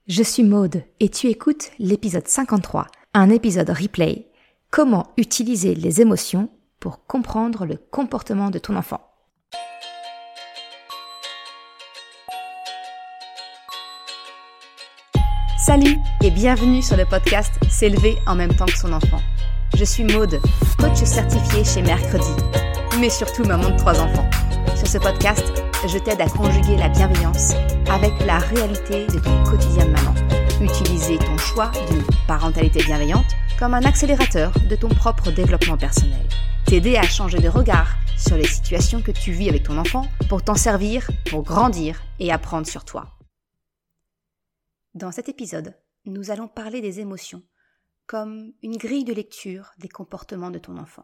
Je suis Maude et tu écoutes l'épisode 53, un épisode replay. Comment utiliser les émotions pour comprendre le comportement de ton enfant. Salut et bienvenue sur le podcast S'élever en même temps que son enfant. Je suis Maude, coach certifiée chez Mercredi, mais surtout maman de 3 enfants. Sur ce podcast, je t'aide à conjuguer la bienveillance avec la réalité de ton quotidien de maman. Utiliser ton choix d'une parentalité bienveillante comme un accélérateur de ton propre développement personnel. T'aider à changer de regard sur les situations que tu vis avec ton enfant pour t'en servir, pour grandir et apprendre sur toi. Dans cet épisode, nous allons parler des émotions comme une grille de lecture des comportements de ton enfant.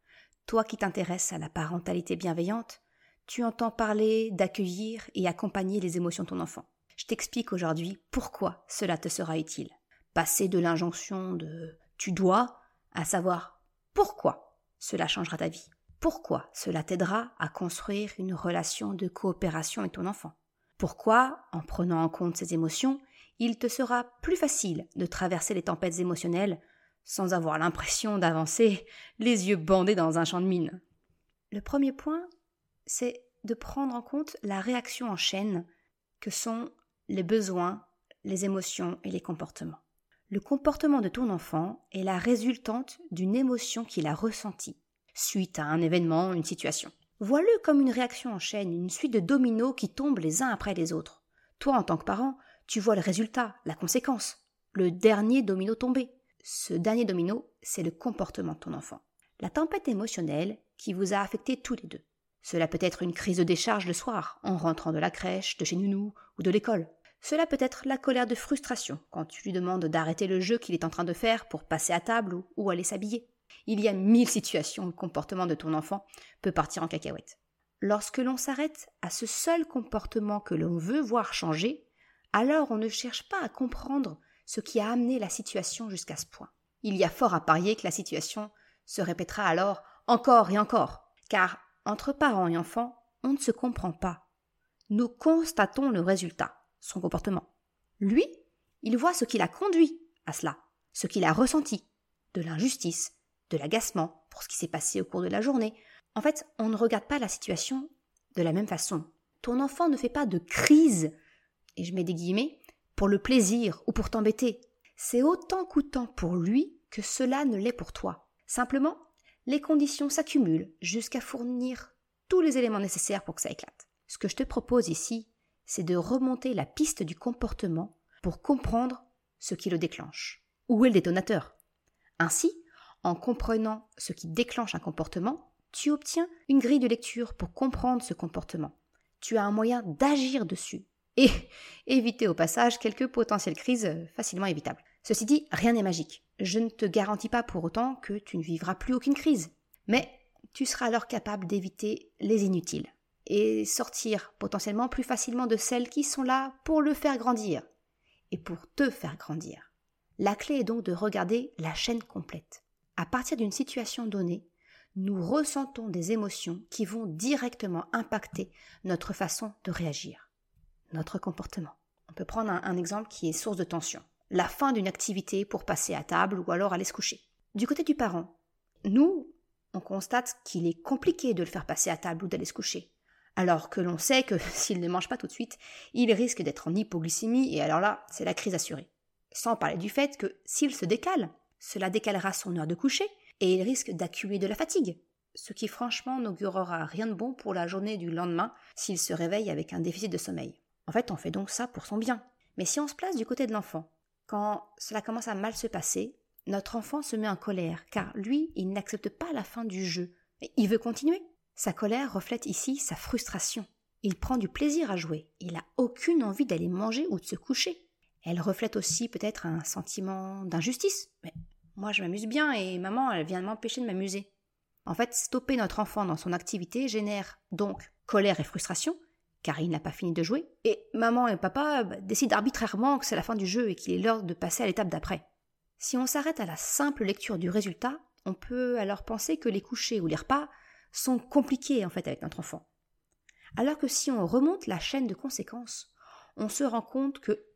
Toi qui t'intéresses à la parentalité bienveillante, tu entends parler d'accueillir et accompagner les émotions de ton enfant. Je t'explique aujourd'hui pourquoi cela te sera utile. Passer de l'injonction de « tu dois » à savoir pourquoi cela changera ta vie. Pourquoi cela t'aidera à construire une relation de coopération avec ton enfant. Pourquoi, en prenant en compte ces émotions, il te sera plus facile de traverser les tempêtes émotionnelles sans avoir l'impression d'avancer les yeux bandés dans un champ de mine. Le premier point, c'est de prendre en compte la réaction en chaîne que sont les besoins, les émotions et les comportements. Le comportement de ton enfant est la résultante d'une émotion qu'il a ressentie suite à un événement, une situation. Vois-le comme une réaction en chaîne, une suite de dominos qui tombent les uns après les autres. Toi, en tant que parent, tu vois le résultat, la conséquence, le dernier domino tombé. Ce dernier domino, c'est le comportement de ton enfant. La tempête émotionnelle qui vous a affecté tous les deux. Cela peut être une crise de décharge le soir, en rentrant de la crèche, de chez Nounou ou de l'école. Cela peut être la colère de frustration, quand tu lui demandes d'arrêter le jeu qu'il est en train de faire pour passer à table ou aller s'habiller. Il y a 1000 situations où le comportement de ton enfant peut partir en cacahuète. Lorsque l'on s'arrête à ce seul comportement que l'on veut voir changer, alors on ne cherche pas à comprendre ce qui a amené la situation jusqu'à ce point. Il y a fort à parier que la situation se répétera alors encore et encore, car entre parents et enfants, on ne se comprend pas. Nous constatons le résultat, son comportement. Lui, il voit ce qui l'a conduit à cela, ce qu'il a ressenti, de l'injustice, de l'agacement pour ce qui s'est passé au cours de la journée. En fait, on ne regarde pas la situation de la même façon. Ton enfant ne fait pas de crise, et je mets des guillemets, pour le plaisir ou pour t'embêter. C'est autant coûtant pour lui que cela ne l'est pour toi. Simplement, les conditions s'accumulent jusqu'à fournir tous les éléments nécessaires pour que ça éclate. Ce que je te propose ici, c'est de remonter la piste du comportement pour comprendre ce qui le déclenche. Où est le détonateur ? Ainsi, en comprenant ce qui déclenche un comportement, tu obtiens une grille de lecture pour comprendre ce comportement. Tu as un moyen d'agir dessus et éviter au passage quelques potentielles crises facilement évitables. Ceci dit, rien n'est magique. Je ne te garantis pas pour autant que tu ne vivras plus aucune crise. Mais tu seras alors capable d'éviter les inutiles et sortir potentiellement plus facilement de celles qui sont là pour le faire grandir et pour te faire grandir. La clé est donc de regarder la chaîne complète. À partir d'une situation donnée, nous ressentons des émotions qui vont directement impacter notre façon de réagir, notre comportement. On peut prendre un exemple qui est source de tension. La fin d'une activité pour passer à table ou alors aller se coucher. Du côté du parent, nous, on constate qu'il est compliqué de le faire passer à table ou d'aller se coucher, alors que l'on sait que s'il ne mange pas tout de suite, il risque d'être en hypoglycémie et alors là, c'est la crise assurée. Sans parler du fait que s'il se décale, cela décalera son heure de coucher et il risque d'accumuler de la fatigue, ce qui franchement n'augurera rien de bon pour la journée du lendemain s'il se réveille avec un déficit de sommeil. En fait, on fait donc ça pour son bien. Mais si on se place du côté de l'enfant, quand cela commence à mal se passer, notre enfant se met en colère, car lui, il n'accepte pas la fin du jeu. Il veut continuer. Sa colère reflète ici sa frustration. Il prend du plaisir à jouer. Il n'a aucune envie d'aller manger ou de se coucher. Elle reflète aussi peut-être un sentiment d'injustice. Mais moi, je m'amuse bien et maman, elle vient de m'empêcher de m'amuser. En fait, stopper notre enfant dans son activité génère donc colère et frustration, car il n'a pas fini de jouer, et maman et papa décident arbitrairement que c'est la fin du jeu et qu'il est l'heure de passer à l'étape d'après. Si on s'arrête à la simple lecture du résultat, on peut alors penser que les couchers ou les repas sont compliqués en fait avec notre enfant. Alors que si on remonte la chaîne de conséquences, on se rend compte que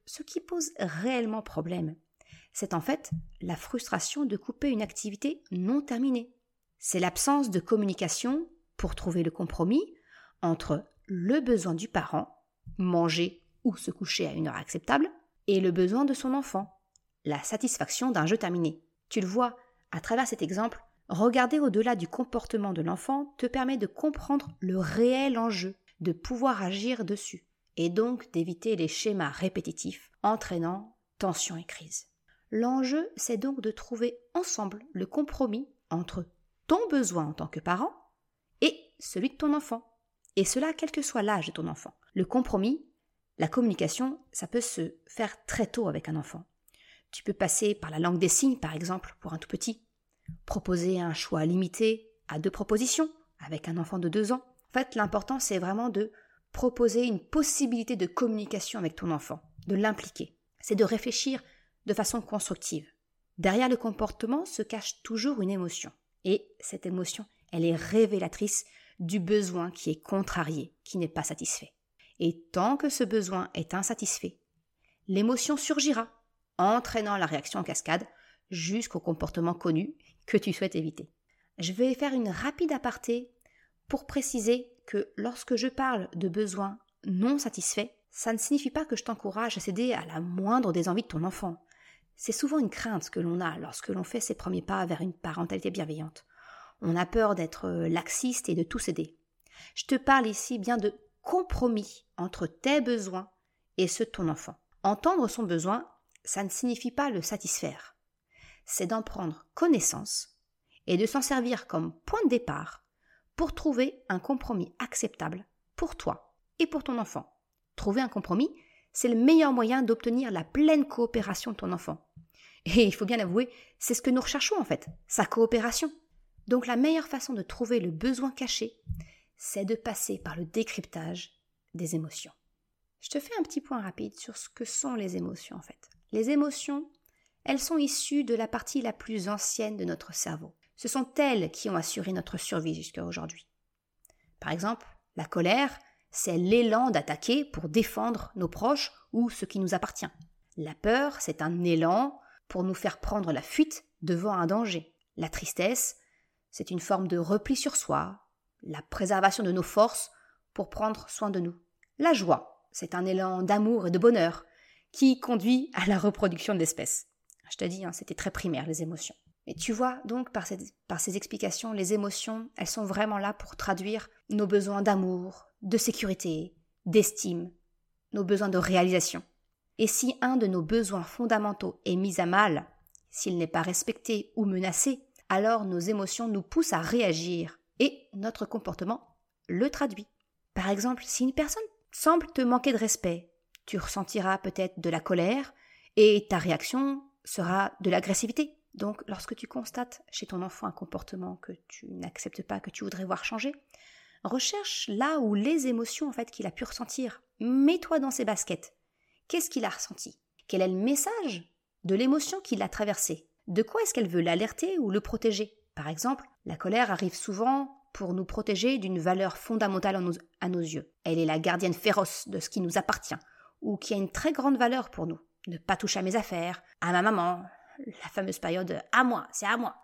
ce qui pose réellement problème, c'est en fait la frustration de couper une activité non terminée. C'est l'absence de communication pour trouver le compromis entre le besoin du parent, manger ou se coucher à une heure acceptable, et le besoin de son enfant, la satisfaction d'un jeu terminé. Tu le vois, à travers cet exemple, regarder au-delà du comportement de l'enfant te permet de comprendre le réel enjeu, de pouvoir agir dessus, et donc d'éviter les schémas répétitifs entraînant tension et crise. L'enjeu, c'est donc de trouver ensemble le compromis entre ton besoin en tant que parent et celui de ton enfant. Et cela, quel que soit l'âge de ton enfant. Le compromis, la communication, ça peut se faire très tôt avec un enfant. Tu peux passer par la langue des signes, par exemple, pour un tout petit. Proposer un choix limité à 2 propositions avec un enfant de 2 ans. En fait, l'important, c'est vraiment de proposer une possibilité de communication avec ton enfant, de l'impliquer. C'est de réfléchir de façon constructive. Derrière le comportement se cache toujours une émotion. Et cette émotion, elle est révélatrice du besoin qui est contrarié, qui n'est pas satisfait. Et tant que ce besoin est insatisfait, l'émotion surgira, entraînant la réaction en cascade jusqu'au comportement connu que tu souhaites éviter. Je vais faire une rapide aparté pour préciser que lorsque je parle de besoins non satisfaits, ça ne signifie pas que je t'encourage à céder à la moindre des envies de ton enfant. C'est souvent une crainte que l'on a lorsque l'on fait ses premiers pas vers une parentalité bienveillante. On a peur d'être laxiste et de tout céder. Je te parle ici bien de compromis entre tes besoins et ceux de ton enfant. Entendre son besoin, ça ne signifie pas le satisfaire. C'est d'en prendre connaissance et de s'en servir comme point de départ pour trouver un compromis acceptable pour toi et pour ton enfant. Trouver un compromis, c'est le meilleur moyen d'obtenir la pleine coopération de ton enfant. Et il faut bien avouer, c'est ce que nous recherchons en fait, sa coopération. Donc la meilleure façon de trouver le besoin caché, c'est de passer par le décryptage des émotions. Je te fais un petit point rapide sur ce que sont les émotions en fait. Les émotions, elles sont issues de la partie la plus ancienne de notre cerveau. Ce sont elles qui ont assuré notre survie jusqu'à aujourd'hui. Par exemple, la colère, c'est l'élan d'attaquer pour défendre nos proches ou ce qui nous appartient. La peur, c'est un élan pour nous faire prendre la fuite devant un danger. La tristesse, c'est une forme de repli sur soi, la préservation de nos forces pour prendre soin de nous. La joie, c'est un élan d'amour et de bonheur qui conduit à la reproduction de l'espèce. Je te dis, c'était très primaire, les émotions. Et tu vois, donc, par ces explications, les émotions, elles sont vraiment là pour traduire nos besoins d'amour, de sécurité, d'estime, nos besoins de réalisation. Et si un de nos besoins fondamentaux est mis à mal, s'il n'est pas respecté ou menacé, alors nos émotions nous poussent à réagir et notre comportement le traduit. Par exemple, si une personne semble te manquer de respect, tu ressentiras peut-être de la colère et ta réaction sera de l'agressivité. Donc, lorsque tu constates chez ton enfant un comportement que tu n'acceptes pas, que tu voudrais voir changer, recherche là où les émotions en fait qu'il a pu ressentir. Mets-toi dans ses baskets. Qu'est-ce qu'il a ressenti? Quel est le message de l'émotion qui l'a traversé? De quoi est-ce qu'elle veut l'alerter ou le protéger? Par exemple, la colère arrive souvent pour nous protéger d'une valeur fondamentale à nos yeux. Elle est la gardienne féroce de ce qui nous appartient ou qui a une très grande valeur pour nous. Ne pas toucher à mes affaires, à ma maman, la fameuse période « à moi, c'est à moi ».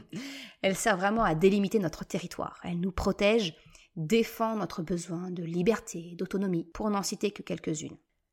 Elle sert vraiment à délimiter notre territoire. Elle nous protège, défend notre besoin de liberté, d'autonomie, pour n'en citer que quelques-unes.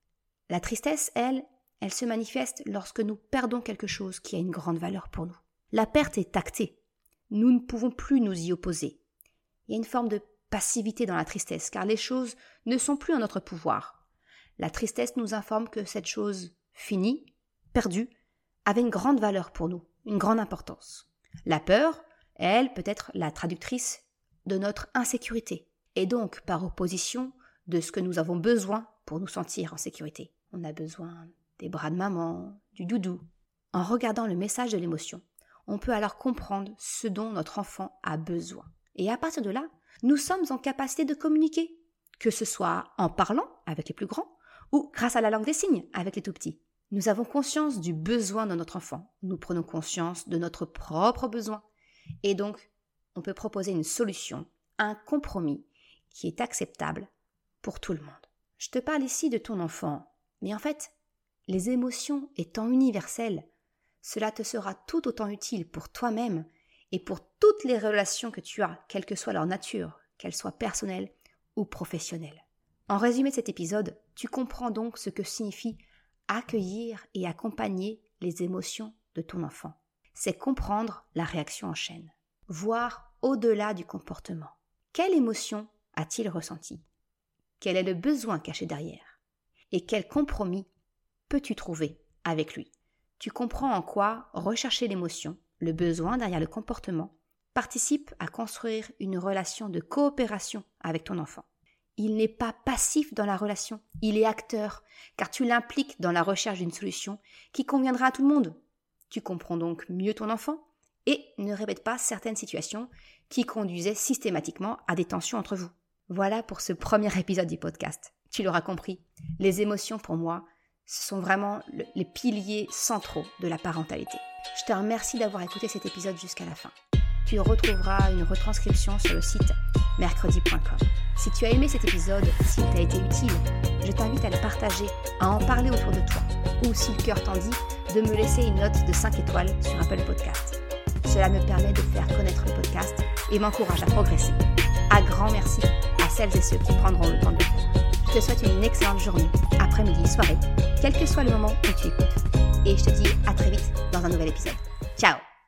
La tristesse, elle se manifeste lorsque nous perdons quelque chose qui a une grande valeur pour nous. La perte est actée. Nous ne pouvons plus nous y opposer. Il y a une forme de passivité dans la tristesse, car les choses ne sont plus en notre pouvoir. La tristesse nous informe que cette chose finie, perdue, avait une grande valeur pour nous, une grande importance. La peur, elle, peut être la traductrice de notre insécurité, et donc, par opposition, de ce que nous avons besoin pour nous sentir en sécurité. On a besoin des bras de maman, du doudou. En regardant le message de l'émotion, on peut alors comprendre ce dont notre enfant a besoin. Et à partir de là, nous sommes en capacité de communiquer, que ce soit en parlant avec les plus grands ou grâce à la langue des signes avec les tout petits. Nous avons conscience du besoin de notre enfant. Nous prenons conscience de notre propre besoin. Et donc, on peut proposer une solution, un compromis qui est acceptable pour tout le monde. Je te parle ici de ton enfant, mais en fait, les émotions étant universelles, cela te sera tout autant utile pour toi-même et pour toutes les relations que tu as, quelle que soit leur nature, qu'elles soient personnelles ou professionnelles. En résumé de cet épisode, tu comprends donc ce que signifie accueillir et accompagner les émotions de ton enfant. C'est comprendre la réaction en chaîne, voir au-delà du comportement. Quelle émotion a-t-il ressenti? Quel est le besoin caché derrière? Et quel compromis peux-tu trouver avec lui? Tu comprends en quoi rechercher l'émotion, le besoin derrière le comportement, participe à construire une relation de coopération avec ton enfant. Il n'est pas passif dans la relation, il est acteur, car tu l'impliques dans la recherche d'une solution qui conviendra à tout le monde. Tu comprends donc mieux ton enfant et ne répète pas certaines situations qui conduisaient systématiquement à des tensions entre vous. Voilà pour ce premier épisode du podcast. Tu l'auras compris, les émotions pour moi, ce sont vraiment les piliers centraux de la parentalité. Je te remercie d'avoir écouté cet épisode jusqu'à la fin. Tu retrouveras une retranscription sur le site mercredi.com. Si tu as aimé cet épisode, s'il t'a été utile, je t'invite à le partager, à en parler autour de toi, ou si le cœur t'en dit, de me laisser une note de 5 étoiles sur Apple Podcast. Cela me permet de faire connaître le podcast et m'encourage à progresser. Un grand merci à celles et ceux qui prendront le temps de le faire. Je te souhaite une excellente journée, après-midi, soirée, quel que soit le moment où tu écoutes. Et je te dis à très vite dans un nouvel épisode. Ciao!